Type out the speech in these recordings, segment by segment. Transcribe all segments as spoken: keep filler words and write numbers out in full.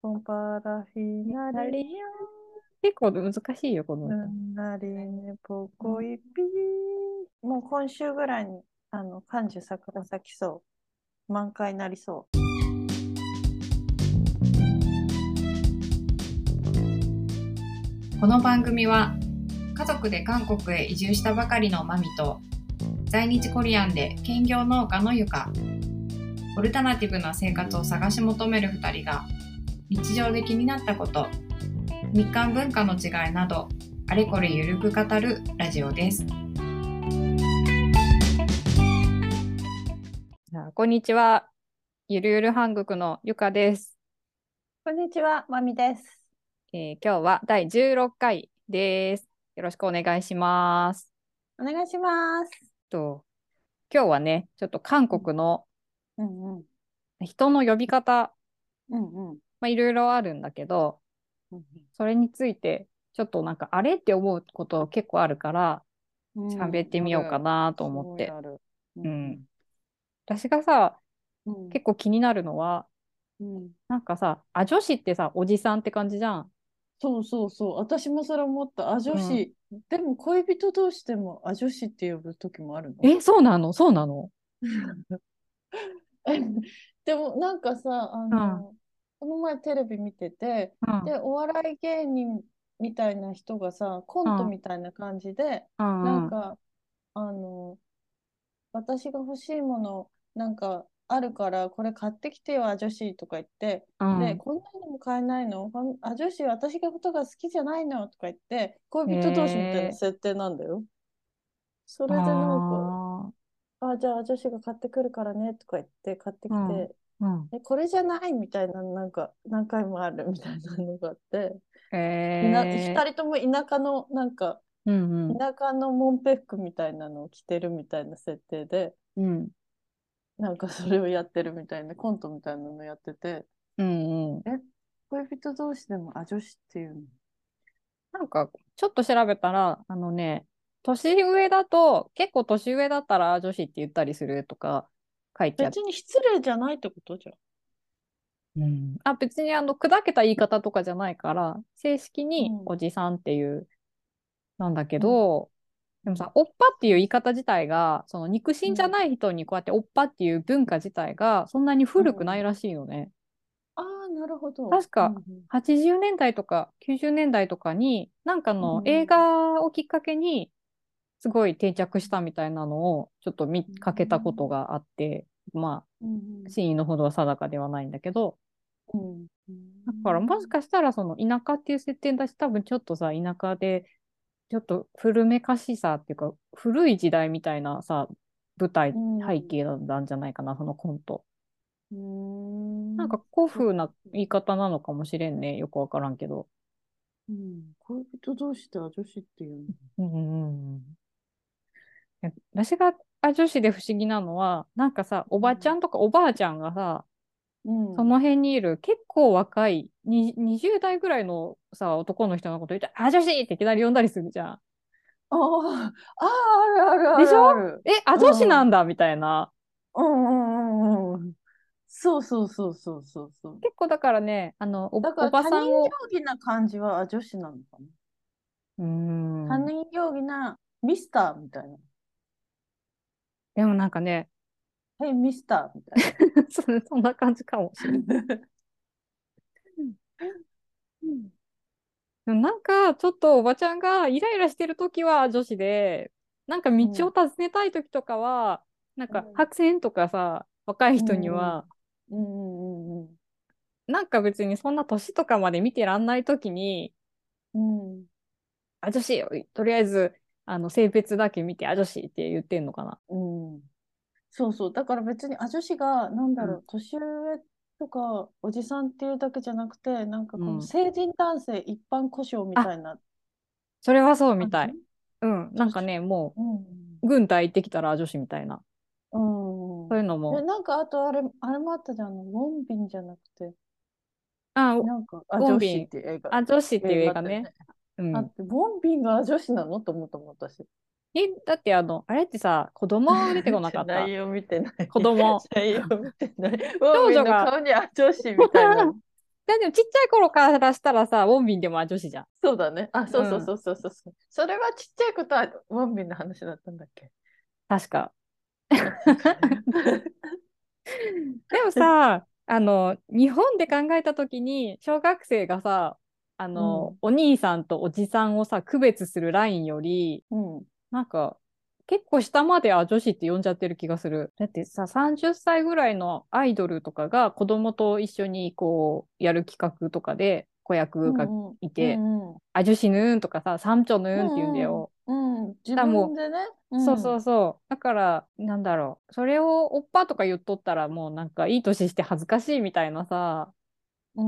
コパラフィナリあれ、 ニ結構難しいよ、このョ歌。 ンナリネポコイピー。もう今週ぐらいにあの感受桜咲きそう。満開になりそう。 この番組は家族で韓国へ移住したばかりのマミと在日コリアンで兼業農家のゆか、オルタナティブな生活を探し求めるふたりが日常で気になったこと、日韓文化の違いなどあれこれゆるく語るラジオです。 じゃあこんにちは。ゆるゆる韓国のゆかです。 こんにちは、まみです。 えー今日はだいじゅうろっかいです。よろしくお願いします。 お願いします。 と、今日はね、ちょっと韓うん国のうん人の呼び方、 うんうんまあ、いろいろあるんだけど、 うんそれについてちょっとなんかあれって思うこと結構あるから、 うん喋ってうん。あみようかる。 なとす思って。 ごいある。ううん。 ん私がさ、 うん結構気になるのは、 うんうん。 なんかさ、あ、女子ってさ、おじさんって感じじゃん。 そうそうそう。私もそれ思った。あ、女うん。 子。でも恋人同士でもあ女子って呼ぶ時もあるの？ え、そうなのそうなの？ でもなんかさ、あうん。 の、この前テレビ見てて、 うん。 で、お笑い芸人みたいな人がさ、コントうん。 みたいな感じで、 うん。うん。 なんか、あの、私が欲しいもの、なんかあるから、これ買ってきてよ、あ女子とか言って、で、 うん。 こんなのも買えないのほんあ女子、私がことが好きじゃないのとか言って、 へ恋人同士みたいなえ。 設定なんだよ。そあれでなんか、 あ。 あ、じゃあ女子が買ってくるからねとか言って買ってうん。 きて、 うん。 え、これじゃないみたいな、なんか何回もあるみたいなのがあって、 へいな、二え。 人とも田舎の、なんか、 うんうん。 田舎のモンペックみたいなのを着てるみたいな設定で、 うん。 なんかそれをやってるみたいな、コントみたいなのやってて、 うんうん。 え、恋人同士でもあ女子っていうの？ なんか、ちょっと調べたら、あのね、年上だと、結構年上だったら女子って言ったりするとか書いてあって、 別に失礼じゃないってことじゃん。 うん、あ、別にあの、砕けた言い方とかじゃないから、正式にうんおじさんっていうなんだけうんど、でもさ、 うんおっぱっていう言い方自体が、その肉親じゃうんない人にこうやっておっぱっていう文化自体がそんなにうん。 古くないらしいのね。 ああ、なるほど。 確かうんうんはちじゅうねんだいとかきゅうじゅうねんだいとかに、なんかうんの映うん画をきっかけにすごい定着したみたいなのをちょっと見うかけたことんがあって、まあ、 うん真意のほどは定かではないんだけど、 うんうだからもしん。 かしたらその田舎っていう設定だし、多分ちょっとさ、田舎でちょっと古めかしさっていうか、古い時代みたいなさ、舞台、 うん背景なんじゃないかな、そのコント。 うん。うーん。 なんか古そう。 風な言い方なのかもしれんね。よくわからんけど。 うん。恋人同士では女子っていうの？ うんうんうん。え私があ女子で不思議なのは、なんかさ、おばちゃんとかおばあちゃんがさ、 うん。うん。 その辺にいる結構若いににじゅう代ぐらいのさ、男の人のこと言って、あ、女子っていきなり呼んだりするじゃん。 ああ、ああ、あるあるあでしょ？ るある。 え、あ、女子うん。うんなんだみたいな。 うんうんうんうん。そうそうそうそうそうそう。 結構だからね、あの、お、おばだから他人さんを、 行儀な感じはあ女子なのかな。 うーん。 他人行儀なミスターみたいな。 でもなんかね、 はい、ミスターみたいな。 そそんな感じかもしれない。うんでもなんか、ちょっとおばちゃんがイライラしてるときは女子で、なんか道をうん。 尋ねたいときとかは、なんかうん白線とかさ、若いう人にんうんは、 うんうんなんか別にそんな年とかまで見てらんないときに、 うんあ、女子、とりあえず、あの、性別だけ見て、あ、女子って言ってんのかな。 うんうん。そうそう。だから別に、あ、女子が、なんだうん。 ろう、年上とか、おじさんっていうだけじゃなくて、なんかこのうん。 成人男性一般故障みたあ、 いなそれはそうみ感じ。 たい。うん。なんか年、 ね、もうん。 う、軍隊行ってきたら女子みたいな。 うん。で、 そういうのも、 なんか、あとあれ、あれもあったじゃん、あの、ウォンビンじゃなくて、 あ、ウなんか、あ、女子っォンビン、 ていう映画、 あ、女子っていう映映画ね。 画あったよね。 うん。 あって、ウォンビンが女子なのと思ったもん、私。 え、だってあの、あれってさ、子供出てこなかった？ 内容見てない。 子供。 内容見てない。ウォンビンの少女が、 顔にあ女子みたいな。 でもちっちゃい頃からしたらさ、ウォンビンでも女子じゃん。 そうだね。あ、そうそうそうそうそうそう。それはちっちゃいことはウォンビンの話だったんだっけ？ 確か。 そうかね。 でもさ、あの、日本で考えたときに、小学生がさ、あうの、 ん。 お兄さんとおじさんをさ、区別するラインより、 うん。 なんか、結構下まであ女子って呼んじゃってる気がする。だってさ、さんじゅっさいぐらいのアイドルとかが子供と一緒にこう、やる企画とかで子う役がん。うん。ういて、 ん。うん。 あ女子ぬーんとかさ、三女ぬうーんって言うんだん。 よ。 うん。うん。自だからもう、 分でね。うそうそん。 うそう。だから、なんだろう。それをおっぱとか言っとったらもうなんかいい年して恥ずかしいみたいなさ、 うん。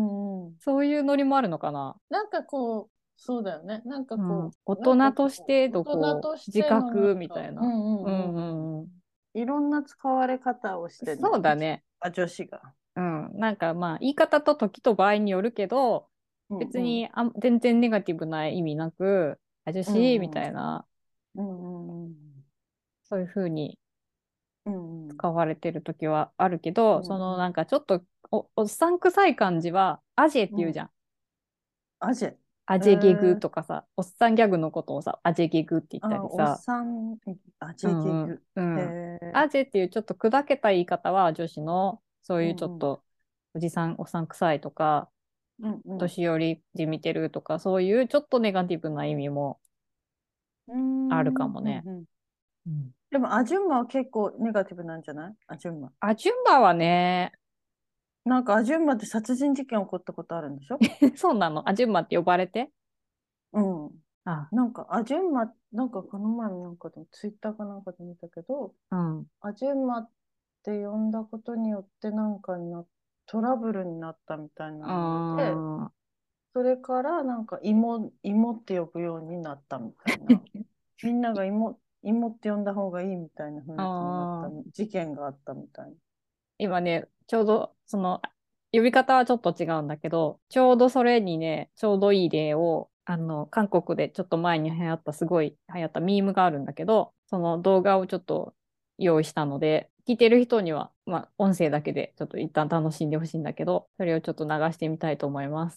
うん。 そういうノリもあるのかな。 なんかこう、そうだよね。なんかうん。 こ大う、なんか人としこう、大ての人こう、自としてのなん覚みたか、 いな。 うんううんうんうんうん。 んうん。 いろんな使われ方をしてね。 そうだね。 あ、女子が。 うん。なんかまあ、言い方と時と場合によるけど、 うんうん。 別にあ全然ネガティブな意味なく、あ、女う子みんうん。 たいな、 うんうんそういうふうにうんうん。 使われてる時はあるけど、そのうんうん。 なんかちょっとお、おっさん臭い感じは、アジェってうん。 言うじゃん。 アジェ。 アえジェゲグー、 とかさ、おっさんギャグのことをさ、アジェゲグって言ったあ、おっりさ、 さん、アジうェゲんうん、 グ。 うへん。 え。 アジェっていうちょっと砕けた言い方は女子の、そういうちょっうんうん。 と、おじさん、おっさん臭いとか、 うんうん。 年寄りじみてるとか、そういうちょっとネガティブな意味もうーあるかん。 もね。 うんうん。 うん。 でも、アジュンマは結構ネガティブなんじゃない？アジュンマ。 アジュンバはね、 なんかアジュンマで殺人事件起こったことあるんでしょ？ そうなの、アジュンマって呼ばれて。 うん。 あ、 なんか、アジュンマ、なんかこの前もなんかでもツイッターかなんかで見たけど、 うん。 アジュンマって呼んだことによってなんかになトラブルになったみたいなので、 あそれからなんか芋、芋って呼ぶようになったみたいな。みんなが芋、芋って呼んだ方がいいみたいなあ、 雰囲気になったああ。 事件があったみたいな。 今ね、ちょうど、その、呼び方はちょっと違うんだけど、ちょうどそれにね、ちょうどいい例を、あの、韓国でちょっと前に流行った、すごい流行ったミームがあるんだけど、その動画をちょっと用意したので、聞いてる人には、まあ、音声だけでちょっと一旦楽しんでほしいんだけど、それをちょっと流してみたいと思います。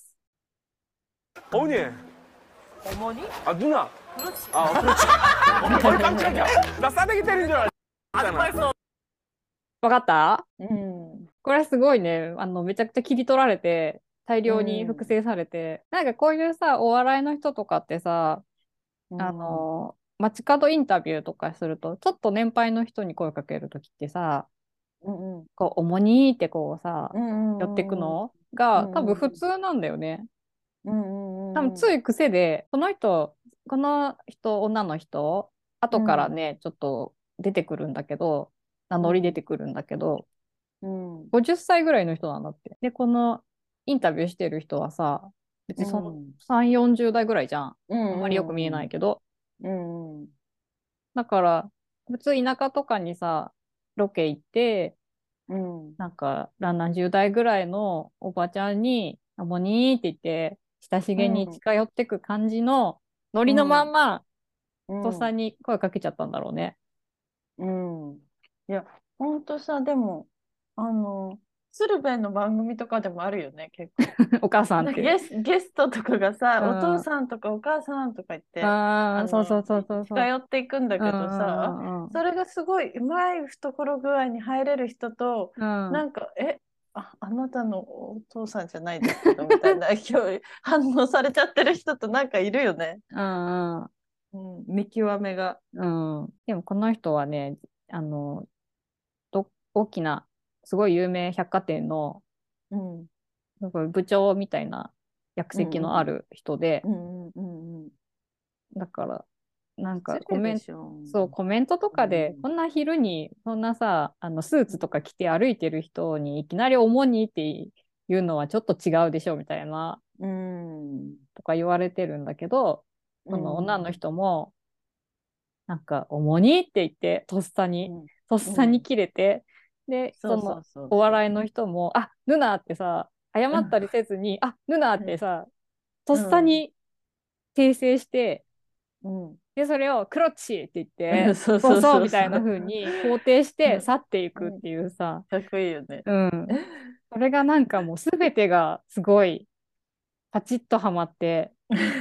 어머니. 어머니? 아 누나. 그렇지. 아 그렇지. 어머니 깜짝이야. 나 싸대기 때린 줄 알았잖아. わかった？ うん。 これすごいね、あの、めちゃくちゃ切り取られて、大う量に複ん。 製されて、なんかこういうさ、お笑いの人とかってさ、あうん。 の、街角インタビューとかすると、ちょっと年配の人に声かけるときってさ、 うんうん。 こう、重にってこうさ、 う寄ってくんうん。 のが多分うんうん。 普通なんだよね。 うんうんうん。 多分つい癖で、この人、この人、女の人、後からね、ちょっと出てくるんだけど、名乗り出てくるんだけど、 うん。 ごじゅっさいぐらいの人なんだって。で、このインタビューしてる人はさ、別うにそのん。 さん、よんじゅう代ぐらいじゃん。 うあんまりよく見えなん。 いけど。 うん。うん。 だから、普通田舎とかにさ、ロケ行って、 うん。 なんか、ななじゅう代ぐらいのおばちゃんに、あもにーって言って、親しげに近寄ってく感じの、ノリのまんま、とっさんに声かけちゃったんだろうね。 うん。いや、ほんとさ、でも、あの、鶴瓶の番組とかでもあるよね、結構。 お母さんって。 でゲス、ゲストとかがさ、お父うん。 さんとかお母さんとか言って、 ああ、そうそあの、 うそうそうそう。 近寄っていくんだうんけどさ、 うんうんそれがすごいうまい懐具合に入れる人と、 うん。うん。 なんか、え、あ、あなたのお父さんじゃないですけど、みたいな、今日反応されちゃってる人となんかいるよね。 うんうん。 うん、見極めが。 うん。でもこの人はね、あの、ど大きな、すごい有名百貨店の、 うん、うん、 すごい部長みたいな役うん、 席のある人で、 うん、うん、うん。 だから、なんか失礼コメント、 でしょ。 そう、コメントとうかで、 ん、 こんな昼に、そんなさ、あの、スーツとか着て歩いてる人にいきなり重にっていうのはちょっと違うでしょ、みたいな、 うん、 とか言われてるんだけど、 うその女ん、 の人も、なんか、重にって言って、とっさに、 うん、 とっさにうん。 切れて、で、 そうそその、 うそうそう。 お笑いの人も、あ、ヌナってさ、謝うん、 ったりせずに、あ、ヌナってさ、とっうん、 さに訂正して、 うん。 で、それをクロッチって言って、 そうボソそうそうそうみたいな風に肯定して去っていくっていうさ、 かっこいいよね。 うん。それがなんかもうすべてがすごいパチッとはまって、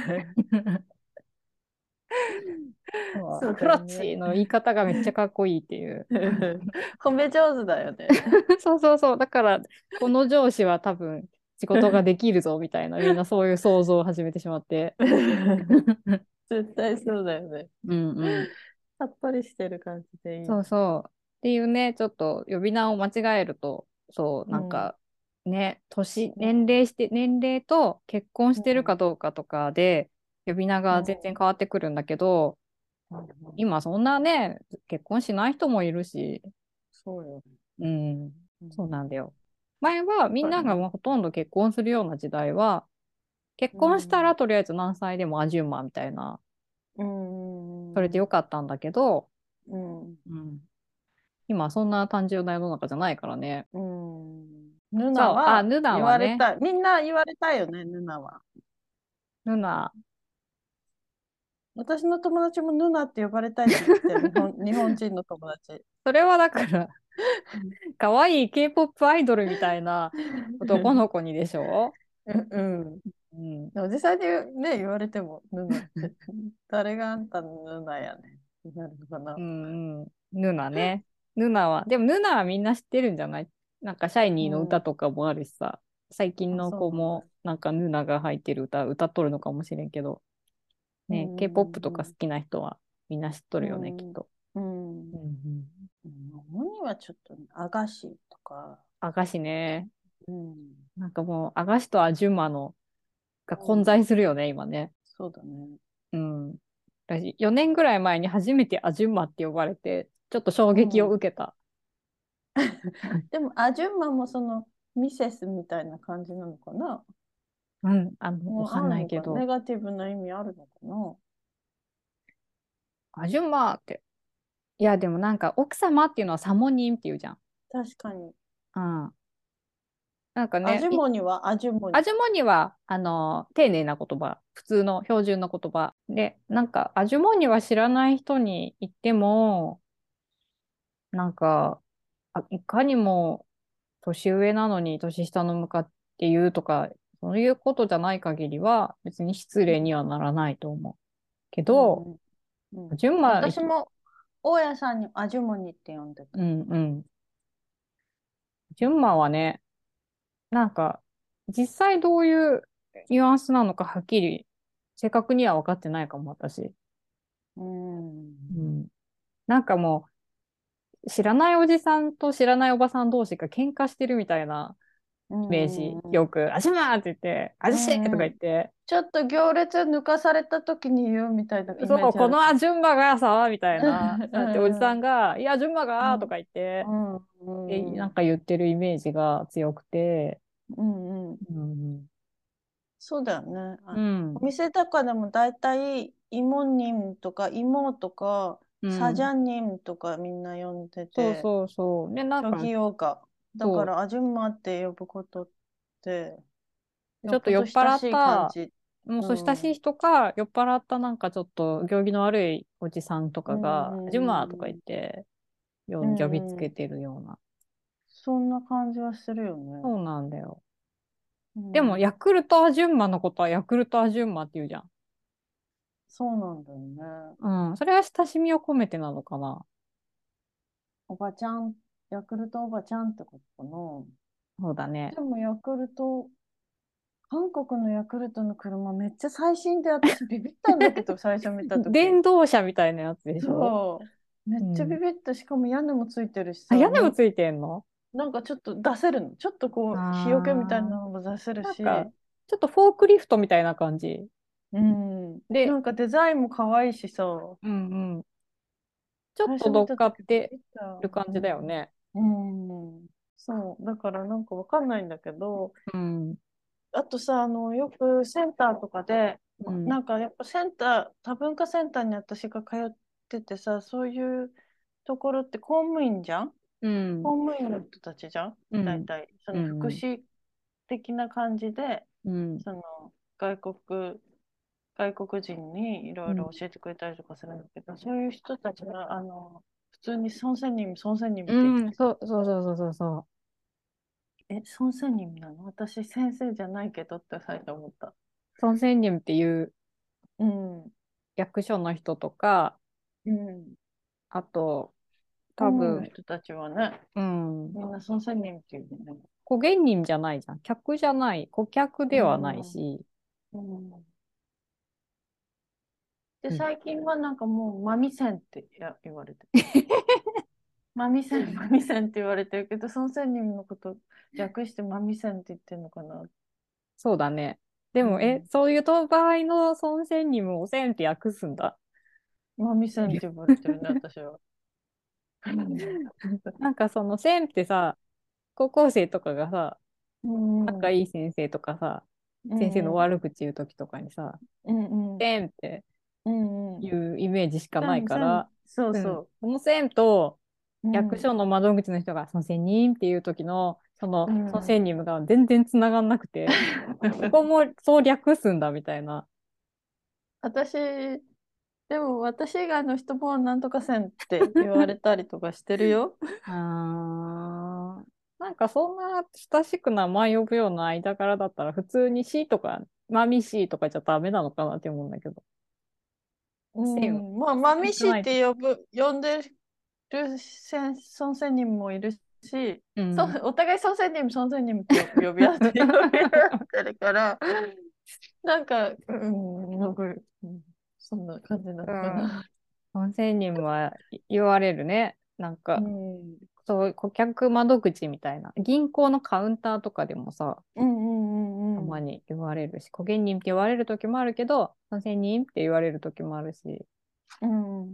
もそううクロッだよね。 チの言い方がめっちゃかっこいいっていう。 褒め上手だよね。 そうそうそう。だから、この上司は多分仕事ができるぞみたいな、みんなそういう想像を始めてしまって。 絶対そうだよね。 うんうん。 さっぱりしてる感じでいい。 そうそう。っていうね、ちょっと呼び名を間違えると、そう、なんか、ね、年、年齢して、年齢と結婚してるかどうかとかで、呼び名が全然変わってくるんだけど、今そんなね、結婚しない人もいるし、 そうよ。 うん、 うんそうなんだよ。前はみんながもうほとんど結婚するような時代は、結婚したらとりあえず何歳でもアジュンマみたいな、 うん。 それでよかったんだけど、 うん。 うん、今そんな単純な世の中じゃないからね。 うん。ヌそう、あ、 ナはヌナ言はね、 われたい。みんな言われたいよね、ヌナは。 ヌナ、 私の友達もヌナって呼ばれたいって言ってる、日本、日本人の友達。 それはだから、可愛い K-ケーポップ アイドルみたいな男の子にでしょ。 うんうんうん。 おじさんにね、言われても、ヌナって。誰があんたのヌナやねん。なるのかな。 うんうん。ヌナね。ヌナは、でもヌナはみんな知ってるんじゃない？なんかシャイニーのうん。 歌とかもあるしさ、最近あ、 のそうなんだ。 子もなんかヌナが入ってる歌、歌っとるのかもしれんけど、 うね、K-ケーポップ とか好ん。 きな人はみんな知っとうるよね、きっん。 と。 うん。うん。 うんうん。 桃にはちょっと、ね、アガシとか、 アガシね。 うん。 なんかもう、アガシとアジュマのが混うん。 在するよね、今ね。 そうだね。 うん。私、よねんぐらい前に初めてアジュンマって呼ばれて、ちょっと衝撃をうん。 受けた。 でも、アジュンマもその、ミセスみたいな感じなのかな。 うん、あの、わもうかんあるのか、 ないけど、 ネガティブな意味あるのかな。 アジュンマって。いや、でもなんか、奥様っていうのはサモニンっていうじゃん。 確かに。 うん。なんかね、いアジュモニはアジュモニ。 アジュモニは、あの、丁寧な言葉、普通の標準の言葉。で、なんか、アジュモニは知らない人に言っても、なんか、あ、いかにも年上なのに年下の向かって言うとか、そういうことじゃない限りは、別に失礼にはならないと思う。けど、 うんうんうん。 純馬、 私も、大家さんにアジュモニって呼んでた。 うんうん。純馬はね、なんか、実際どういうニュアンスなのかはっきり、正確には分かってないかも、私。 うん。 うん。なんかもう、知らないおじさんと知らないおばさん同士が喧嘩してるみたいなうイメージ。 んうんよく、あじまーって言って、あうじしーとかんうん。 言って、 ちょっと行列抜かされた時に言うみたいなイそう、 メージある。 このあ、順馬がさ、みたいな。 うだっておじさんんが、いや、順馬が、とうんか言って、 うんで、 うんなんか言ってるイメージが強くて、 うんうん。 うん、 そうだよね。あ、 うん、 お店とかでも大体、イモニムとか、イモとか、 うん。 サジャニムとかみんな呼んでて、 そうそうそう。で、なんか、 虚偽用が。だかそら、アジュンマって呼ぶことって、 う、ちょっとよっぽ酔っ払っど親しい感た、 じ。 もううそう親しいん。 人か、酔っ払ったなんかちょっと行儀の悪いおじさんとうかが、ジュマーとか言っん。 て、 う呼ん呼びつん。うん。 けてるような。 そんな感じはするよね。 そうなんだよ。でも、 うん。 ヤクルトアジュンマのことはヤクルトアジュンマって言うじゃん。 そうなんだよね。 うん。それは親しみを込めてなのかな。 おばちゃん、ヤクルトおばちゃんってことかそうだね。 な。でもヤクルト、韓国のヤクルトの車めっちゃ最新で私ビビったんだけど、最初見たとき。 電動車みたいなやつでしょ？ そう。めっちゃビうん。 ビった。しかも屋根もついてるしあ、 さ、の、 屋根もついてんの？ なんかちょっと出せるの。ちょっとこう、日よけみたいなあのも出せるー、なんか、 し、 ちょっとフォークリフトみたいな感じ。 うん。なで、 んかデザインも可愛いしさ、 うんうん。ちょっ最初見と乗っかたときビってビった。 る感じだよね。 うん。うん。そう。だからなんかわかんないんだけど、 うん。 あとさ、あの、よくセンターとかで、 うん。 なんかやっぱセンター、多文化センターに私が通っててさ、そういうところって公務員じゃん。 うん。 公務員の人たちじゃんうん。 大体。その福うん。 祉的な感じで、 うん。 その外国外国人にいろいろ教えてくれたりとかするんだけど、そういう人たちが、あの、普通に孫仙人、孫仙人って言って、 うん、そうそうそうそうそうそえ、孫仙人なの私先生じゃないけどって最初思った。 う。孫仙人っていううん。 役所の人とか、 うん。 あと、多本人の分、 人たちはね、 うん、 みんな孫仙人っていうね。 顧源人じゃないじゃん。客じゃない。顧客うではないん。 し。 うん。で、 うん。 最近はなんかもう、マミセンってや言われてる。マミセン、マミセンって言われてるけど、孫仙人のこと略してマミセンって言ってるのかな。 そうだね。でも、え、 うん。 そういう場合の孫仙人もおせんって訳すんだ。 マミセンって呼ばれてるね、私は。 なんかその線ってさ、高校生とかがさ、 うんうん。 仲いい先生とかさ、先生のうんうん。 悪口言うときとかにさ、 うんうん。 線ってうんうん。 いうイメージしかセないンセン、 から、うん。 そうそその線とう。うん。 役所の窓口の人が、その仙人っていう時の、その、そのうん。 仙人が全然繋がんなくて、ここもそう略すんだみたいな。 私、でも私以外の人もなんとかせんって言われたりとかしてるよ。 あー、なんかそんな親しく名前呼ぶような間柄だったら普通にシーとかマミシーとかじゃダメなのかなって思うんだけど。 う線をん。まあ、 線マミシじゃないと。 って呼ぶ、呼んでる先孫仙人もいるし、そうん。 お互い孫仙人、孫仙人って呼呼び合って、呼び合ってるから、なんか、うん、なんか、うんそんな感じなのかうん。 な。 本仙人は言われるね。なんうか、 ん。 そういう顧客窓口みたいな。銀行のカウンターとかでもさ、 うんうんうんうん。 たまに言われるし、顧源人って言われる時もあるけど、本仙人って言われる時もあるし。 うん、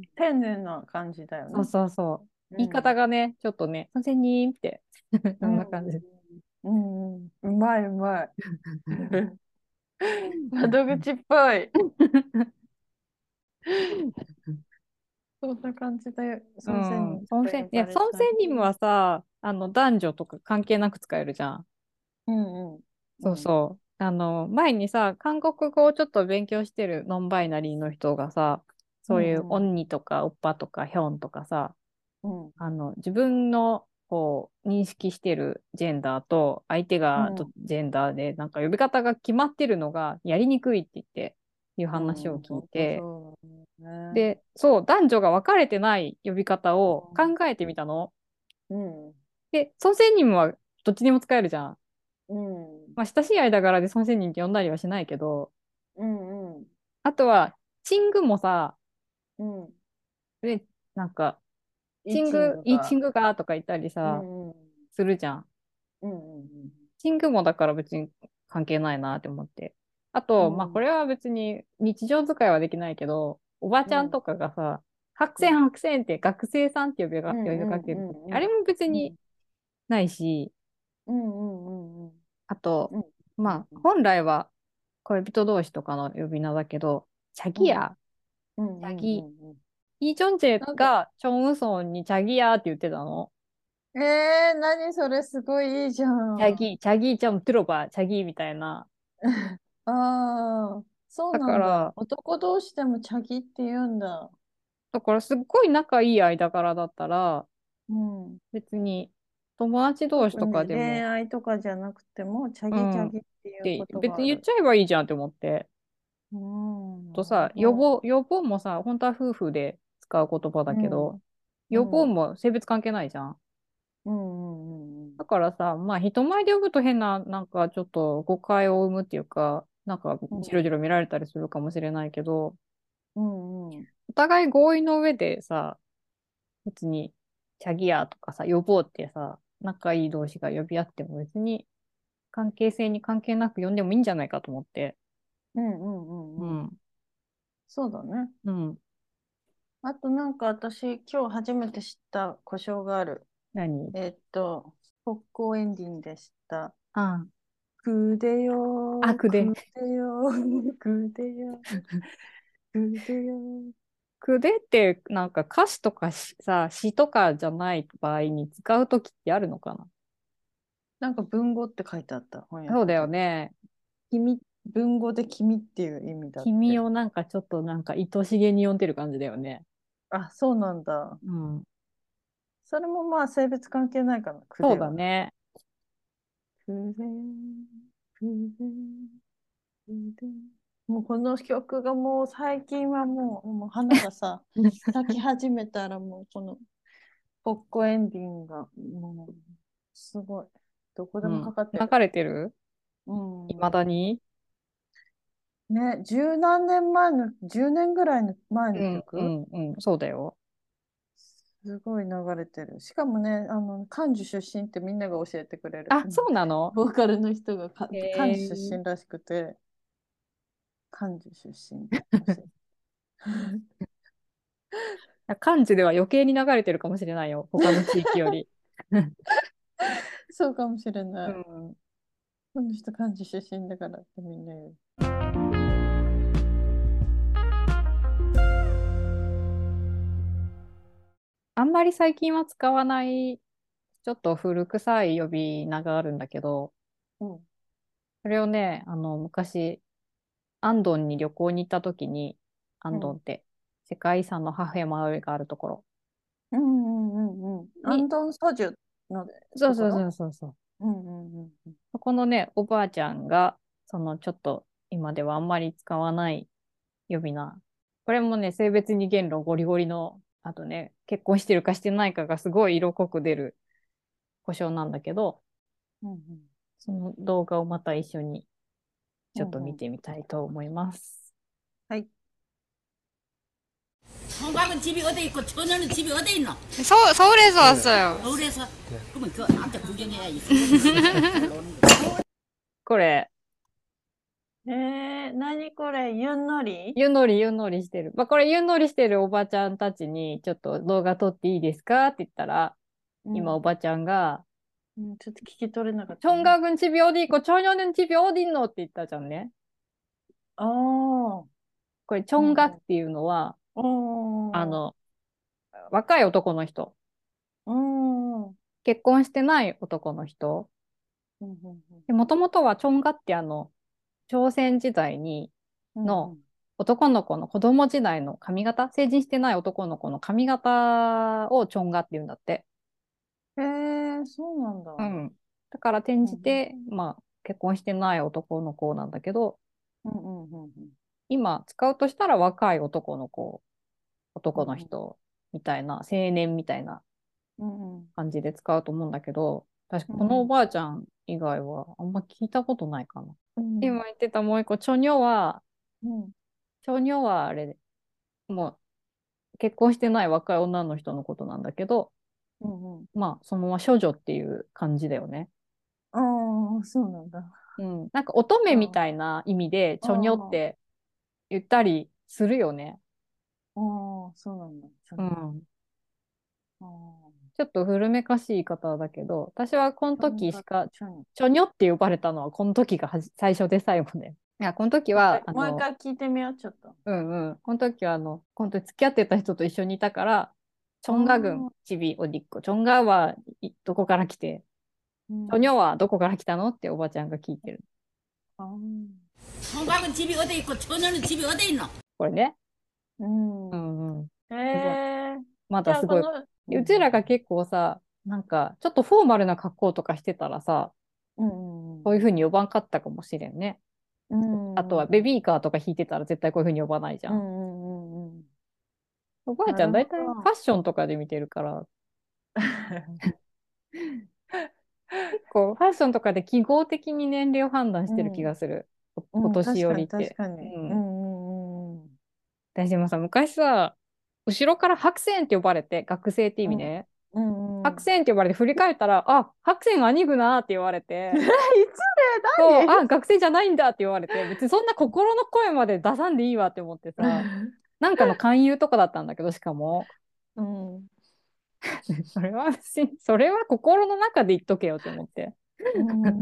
丁寧な感じだよそうね。 そうそう。言いうん。 方がね、ちょっとね、本仙人って、そんなうん。 感じ。 うん。うまいうまい。窓口っぽい。そんな感じで、 う孫仙ん。 人とか呼孫仙、いや、孫ばれたり。 仙人はさ、あの、男女とか関係なく使えるじゃん。 うんうん。 そううん。 そう。あの、前にさ、韓国語をちょっと勉強してるノンバイナリーの人がさ、 うそういうんうん。 オンニとかオッパとかヒョンとかさ、 うん。 あの、自分のこう認識してるジェンダーと相手がどうん。 ジェンダーで、なんか呼び方が決まってるのがやりにくいって言っていううん。 話を聞い本当て、 そうだね。 で、そう、男女が分かれてない呼び方を考えてみたの。 うん。 で、孫仙人はどっちにも使えるじゃん。 うん。 まあ、親しい間柄で孫仙人って呼んだりはしないけど、 うん。うん。 あとは、チングもさ、 うん。 で、なんか、 イーチンチング、 グが。 いいチングかとか言ったりさ、 うん。うん。 するじゃん。 うん。 チングもだから別に関係ないなって思って。あと、まあ、 うん。 これは別に日常使いはできないけど、おばうん。 ちゃんとかがさ、白うん。 線白線って学生さんって呼びが、 うん呼びかうんうけるとき、 んうんあれも別にうんないし、 うんうんうんあと、 うんうんまあ、本来は恋人同士とかの呼び名だけど、チャうんギヤ、 うんうチャギ、 んうん。 イ・ジョンジェなんか、 がチョンウソンにチャギヤーって言ってたの。 えー、何それすごいいいじゃん。 チャギ、チャギ、チャムトゥロバ、チャギみたいな。 ああ、そうだなんだ。 から、 男同士でもチャギって言うんだ。 だからすっごい仲いい間柄だったら、 うん。 別に友達同士とか特に恋でも、 愛とかじゃなくても、チャギチャうん、っギっていうてことがある。 別に言っちゃえばいいじゃんって思って。 うん、なるほとさ、予防、 ど。 予防もさ、本当は夫婦で使う言葉だうん、 けど、予防うん、 も性別関係ないじゃん。 うん、うん、 だからさ、まあ人前で呼ぶと変な、なんかちょっと誤解を生むっていうか、なんかうん、 ジロジロ見られたりするかもしれないけど、 うん、うん、 お互い合意の上でさ、別に、チャギアとかさ、呼ぼうってさ、仲いい同士が呼び合っても別に関係性に関係なく呼んでもいいんじゃないかと思って。 うん、うん、うん。 うん。 そうだね。 うん。 あとなんか私、今日初めて知った故障がある。 何？ えーっと、北高エンディングでした。 あくであ、 よ、 くで。 くでよ、くでよ、くでよ。 くでってなんか歌詞とかしさ、詩とかじゃない場合に使うときってあるのかな？ なんか文語って書いてあった、翻そうだよ訳で。 ね。 君、 文語で君っていう意味だって。 君をなんかちょっとなんか愛しげに呼んでる感じだよね。 あ、そうなんだ。 うん。 それもまあ性別関係ないかな、クそうレは。 だね。 クレ、クレ、クレ。もうこの曲がもう最近はもう、もう花がさ、咲き始めたらもうこのポッコエンディングがもうすごい。どこでうん。 もかかってる。 流れてるうん。 いまだに。 ね、十何年前の、十年ぐらいの前のうん、う曲、 ん、うん。そうだよ。 すごい流れてる。しかもね、あの、幹事出身ってみんなが教えてくれる。 あ、そうなの？ ボーカルの人がかへ幹事出え。 身らしくて、幹事出身って教えて。 漢字では余計に流れてるかもしれないよ。他の地域より。 そうかもしれうない。 ん。 この人幹事出身だからってみんな言う。 あんまり最近は使わない、ちょっと古臭い呼び名があるんだけど、 うん。 それをね、あの、昔、アンドンに旅行に行った時に、アうん。 ンドンって世界遺産のハフェマウイがあるところうんうんうんうん。アに、 ンドンソジュのそうそうそところ。 うそうそう。 うんうんうんうん。 そこのね、おばあちゃんが、そのちょっと今ではあんまり使わない呼び名。これもね、性別二元論ゴリゴリの、あとね、結婚してるかしてないかがすごい色濃く出る故障なんだけど、 うんうんその動画をまた一緒にちょっとうんうん。 見てみたいと思います。 はい。 형광은 집이 어디 있고 처녀는 집이 어디 있노? 서, 서울에서 왔어요. 서울에서? 그러면 그 나한테 구경해야지. これ、 えー、何これ、ゆんのり。 ゆのりゆのりしてる。まあ、これゆのりしてるおばちゃんたちに、ちょっと動画撮っていいですかって言ったら、 うん今おばちゃんが、 うん、ちょっと聞き取れなかっチたね。 ョンガ軍チビオディコ、チョニョヌンチビオディンノって言ったじゃんね。 ああ。 これ、チョンガっていうのは、 おー。 あの、若い男の人、 うん。うん結婚してない男の人。 うんうんもともとはチョンガってあの、朝鮮時代にのうん男の子の子供時代の髪型、成人してない男の子の髪型をチョンガって言うんだって。 うん。へえ、そうなんだ。 うん。だから転うんじて、まあ、結婚してない男の子なんだけど、 うんうんうんうん今使うとしたら若い男の子、男のうん人みたいな、青年みたいなうんうん感じで使うと思うんだけど、確かこのおうんばあちゃん以外はあんま聞いたことないかな。 うん今言ってたもう一個、チョニョは、 うんチョニョはあれ、もう結婚してない若い女の人のことなんだけど、 うんうん。 まあ、そのまま処女っていう感じだよね。 ああ、そうなんだ。 うん。なんか乙女みたいな意味で、チョニョっあて言ったりするよね。 あ、ああ、そうなんだ。ちょうっとん。 ああ、 ちょっと古めかしい言い方だけど、私はこのちょんが時しか、 ちょん。 チョニョって呼ばれたのはこの時がはじ最初で最後で。いや、この時は、 もう一回、 あの、 もう一回聞いてみよう、ちょっと。 うんうん。この時は、あの、本当に付き合ってた人と一緒にいたから、チョンガ郡、 ああ、 チビ、オディッコ。チョンガはいどこから来て、チョニうん。 ョはどこから来たのっておばちゃんが聞いてる。 ああ、 형광은 집이 어디 있고 처녀는 집이 어디 있노? これね。 うん。 うんうん。 へすごい。 え。じゃあ、 またすごい。 この、 うちらが結構さ、なんか、ちょっとフォーマルな格好とかしてたらさ、 うんこういうふうに呼ばんかったかもしれんね。 うんあとはベビーカーとか引いてたら絶対こういうふうに呼ばないじゃん。 うんうんうんうん。 おばあちゃんなるほ大体ファど。 ッションとかで見てるから、結構ファッションとかで記号的に年齢を判断してる気うん、 がする。お、おうん、 年確かに寄りって。 確かに。 うん。 うんうんうん私もさ、昔さ、後ろから白線って呼ばれて、学生って意うん。 味ね。 うんうんうん。 白線って呼ばれて振り返ったら、あ、白線兄ぐなーって言われえ、 て、 いつそう、 で何？ あ、学生じゃないんだって言われて、別にそんな心の声まで出さんでいいわって思ってさ、なんかの勧誘とかだったんだけど、しかも、 うん。 それは別に、それは心の中で言っとけよって思って。 うん。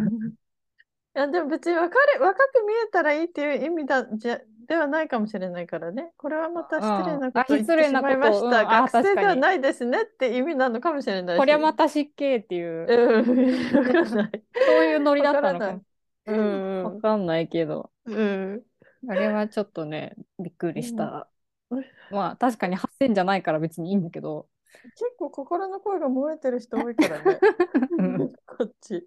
いや、でも別に若れ、若く見えたらいいっていう意味だ、じゃ、ではないかもしれないからね。これはまた失礼うん。あ、 なことを言っ失礼てしまいなことを、うん、 ました。 あ、 学確かに。 生ではないですねって意味なのかもしれないし。 こりゃまた失敬っていう、 うん、わからない。 そういうノリだわからない。 ったのかも。 うんわかんないけど、 うん。 あれはちょっとね、びっくりしうんた。まあ確かにはっせんじゃないから別にいいんだけど。 結構心の声が漏れてる人多いからね。 うんこっち。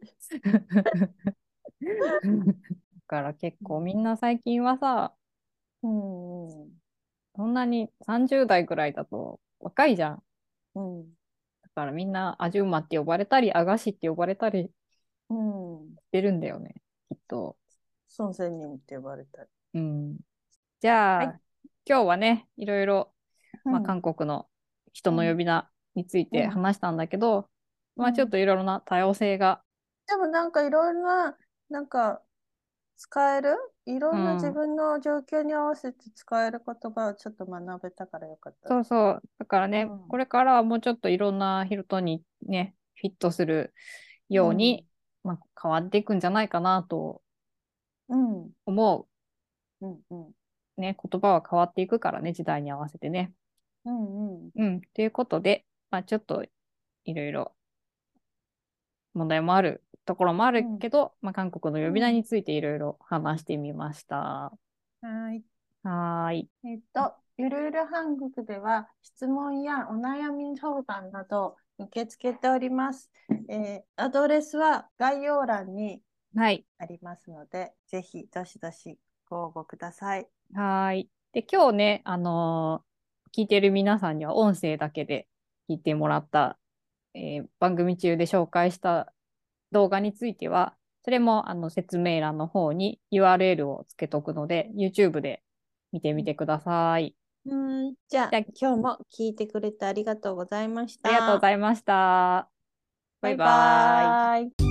だから結構みんな最近はさ、 うんうんそんなにさんじゅう代ぐらいだと若いじゃん。 うんだからみんなアジュンマって呼ばれたり、アガシって呼ばれたりうん。 してるんだよね、きっと。 孫仙人って呼ばれたり。 うん。じゃあ、 はい。 今日はね、いろいろ、まあ、 うん韓国の人のうん呼び名についてうん話したんだけど、まあちょっうん。 といろいろな多様性が、 でもなんかいろいろな、なんか使えるいろんな自うん、 分の状況に合わせて使える言葉をちょっと学べたからよかったです。 そうそう。だからね、こうんれからはもうちょっといろんな人にね、フィットするように、まあ、変わっていくんじゃないかなとうんうん思うんうんう。ね、言葉は変わっていくからね、時代に合わせてね。 うんうんうん。ということで、まあちょっといろいろ問題もあるところもあるうんけど、まあ韓国の呼び名うんについていろいろ話してみました。 はい。 はーい。 えっと、ゆるゆる韓国では質問やお悩み相談など受け付けております。えーアドレスは概要欄にはい。 ありますので、ぜひどしどしご応募ください。 はーい。で、今日ね、あのー聞いてる皆さんには音声だけで聞いてもらった、えー番組中で紹介した動画については、それもあの説明欄の方に ユーアールエル をつけとくので、YouTube で見てみてください。 うん、じゃあ、 じゃあ、 今日も聞いてくれてありがとうございましありがとうごた。 ざいました。バイバイバーイ。 バーイ。